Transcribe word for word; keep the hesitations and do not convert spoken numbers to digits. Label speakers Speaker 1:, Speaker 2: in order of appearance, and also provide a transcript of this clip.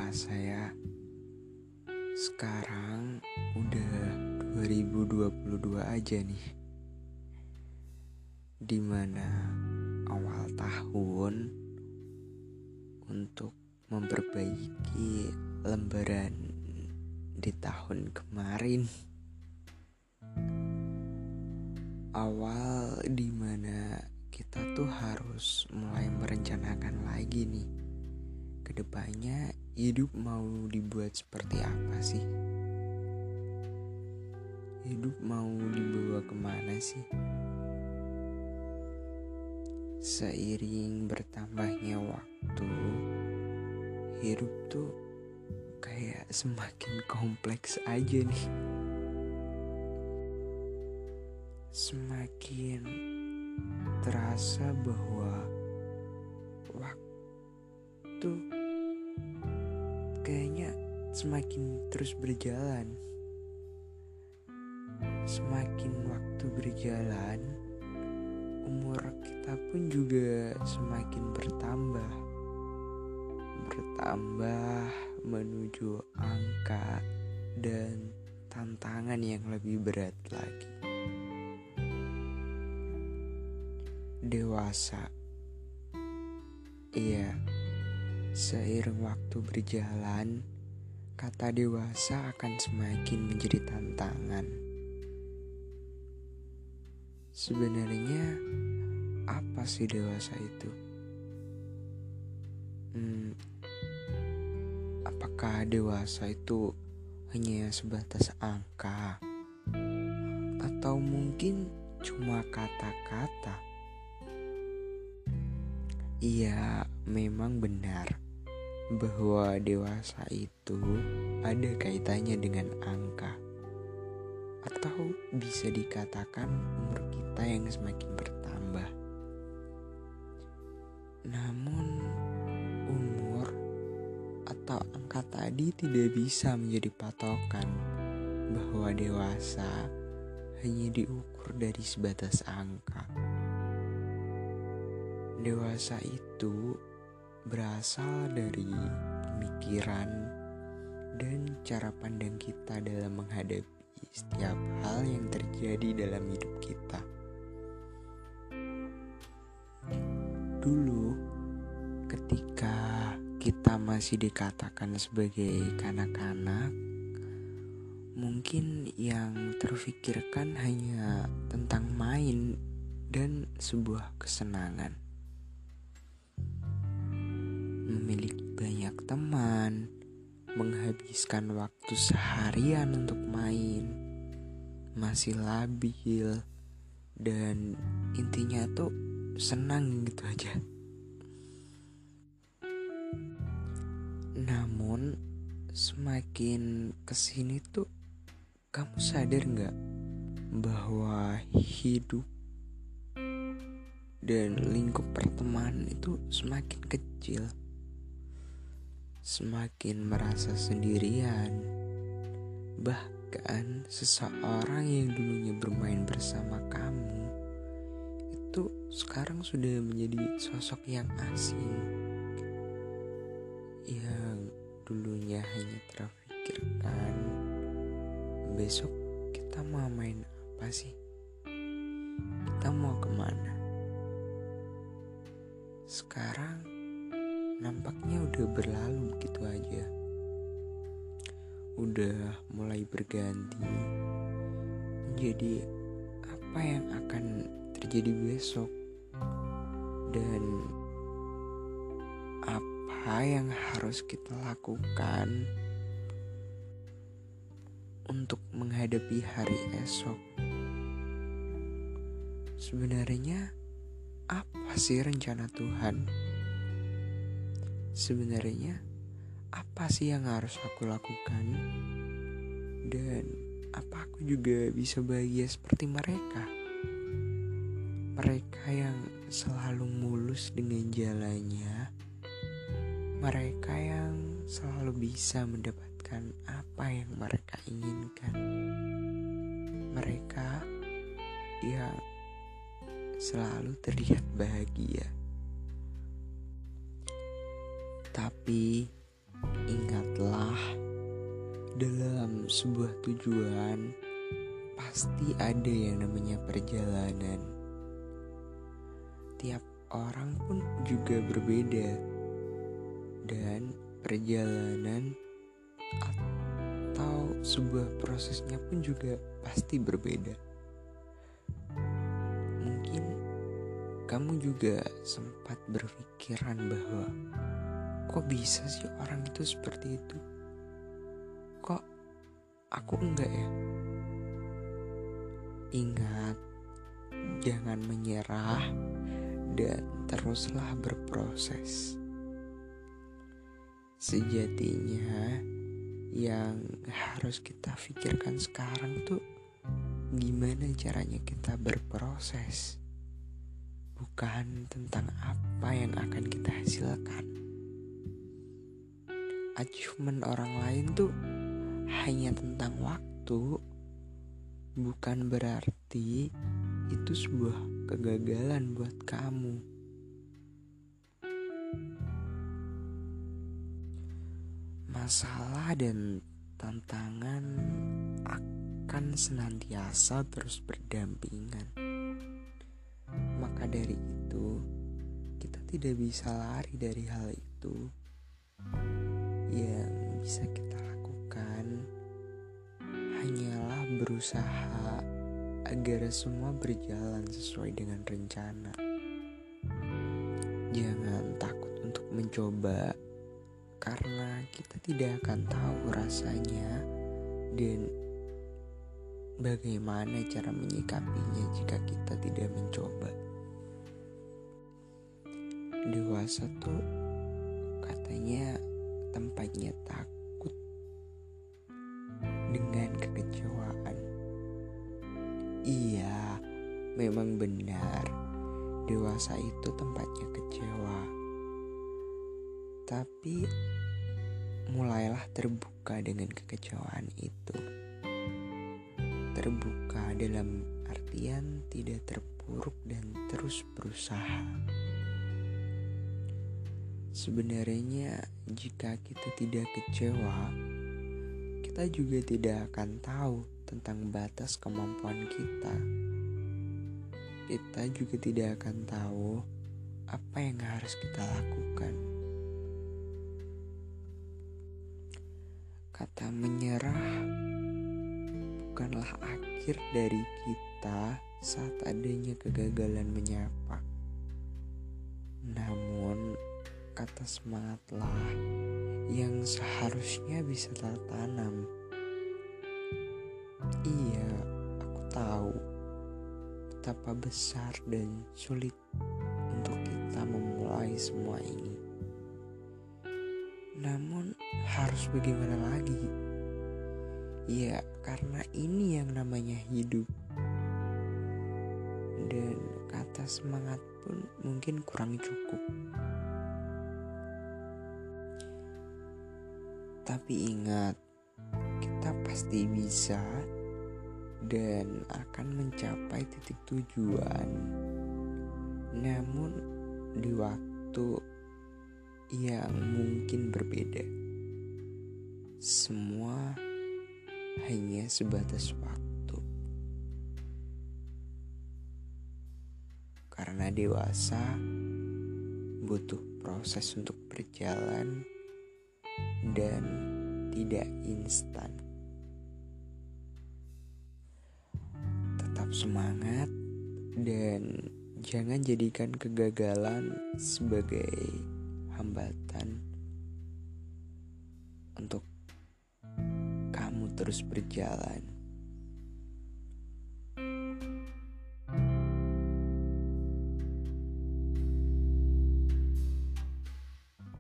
Speaker 1: kerasa ya, sekarang udah dua ribu dua puluh dua aja nih, dimana awal tahun untuk memperbaiki lembaran di tahun kemarin. Awal dimana kita tuh harus mulai merencanakan lagi nih, kedepannya hidup mau dibuat seperti apa sih? Hidup mau dibawa kemana sih? Seiring bertambahnya waktu, hidup tuh kayak semakin kompleks aja nih. Semakin terasa bahwa waktu kayaknya semakin terus berjalan. Semakin waktu berjalan, umur kita pun juga semakin bertambah. Bertambah menuju angka dan tantangan yang lebih berat lagi. Dewasa. Iya, seiring waktu berjalan, kata dewasa akan semakin menjadi tantangan. Sebenarnya apa sih dewasa itu? Hmm, apakah dewasa itu hanya sebatas angka? Atau mungkin cuma kata-kata? Iya, memang benar bahwa dewasa itu ada kaitannya dengan angka. Atau bisa dikatakan umur kita yang semakin bertambah. Namun umur atau angka tadi tidak bisa menjadi patokan bahwa dewasa hanya diukur dari sebatas angka. Dewasa itu berasal dari pemikiran dan cara pandang kita dalam menghadapi setiap hal yang terjadi dalam hidup kita. Dulu, ketika kita masih dikatakan sebagai kanak-kanak, mungkin yang terfikirkan hanya tentang main dan sebuah kesenangan. Memiliki banyak teman, menghabiskan waktu seharian untuk main, masih labil, dan intinya tuh senang gitu aja. Namun semakin kesini tuh kamu sadar gak bahwa hidup dan lingkup pertemanan itu semakin kecil, semakin merasa sendirian. Bahkan seseorang yang dulunya bermain bersama kamu itu sekarang sudah menjadi sosok yang asing, yang dulunya hanya terfikirkan besok kita mau main apa sih, kita mau kemana. Sekarang nampaknya udah berlalu begitu aja. Udah mulai berganti menjadi apa yang akan terjadi besok, dan apa yang harus kita lakukan untuk menghadapi hari esok. Sebenarnya apa sih rencana Tuhan? Sebenarnya apa sih yang harus aku lakukan? Dan apa aku juga bisa bahagia seperti mereka? Mereka yang selalu mulus dengan jalannya, mereka yang selalu bisa mendapatkan apa yang mereka inginkan, mereka yang selalu terlihat bahagia. Tapi ingat, Ingatlah, dalam sebuah tujuan pasti ada yang namanya perjalanan. Tiap orang pun juga berbeda, dan perjalanan atau sebuah prosesnya pun juga pasti berbeda. Mungkin kamu juga sempat berpikiran bahwa kok bisa sih orang itu seperti itu? Kok aku enggak ya? Ingat, jangan menyerah dan teruslah berproses. Sejatinya yang harus kita pikirkan sekarang tuh gimana caranya kita berproses, bukan tentang apa yang akan kita hasilkan. Achievement orang lain tuh hanya tentang waktu, bukan berarti itu sebuah kegagalan buat kamu. Masalah dan tantangan akan senantiasa terus berdampingan. Maka dari itu, kita tidak bisa lari dari hal itu. Yang bisa kita lakukan hanyalah berusaha agar semua berjalan sesuai dengan rencana. Jangan takut untuk mencoba, karena kita tidak akan tahu rasanya dan bagaimana cara menyikapinya jika kita tidak mencoba. Dewasa tuh katanya tempatnya takut dengan kekecewaan. Iya, memang benar, dewasa itu tempatnya kecewa. Tapi mulailah terbuka dengan kekecewaan itu. Terbuka dalam artian tidak terpuruk dan terus berusaha. Sebenarnya jika kita tidak kecewa, kita juga tidak akan tahu tentang batas kemampuan kita. Kita juga tidak akan tahu apa yang harus kita lakukan. Kata menyerah bukanlah akhir dari kita saat adanya kegagalan menyapa. Namun, kata semangatlah yang seharusnya bisa tertanam. Iya, aku tahu betapa besar dan sulit untuk kita memulai semua ini. Namun harus bagaimana lagi? Ya, karena ini yang namanya hidup. Dan kata semangat pun mungkin kurang cukup. Tapi ingat, kita pasti bisa dan akan mencapai titik tujuan. Namun di waktu yang mungkin berbeda. Semua hanya sebatas waktu. Karena dewasa butuh proses untuk berjalan dan tidak instan. Tetap semangat dan jangan jadikan kegagalan sebagai hambatan untuk kamu terus berjalan.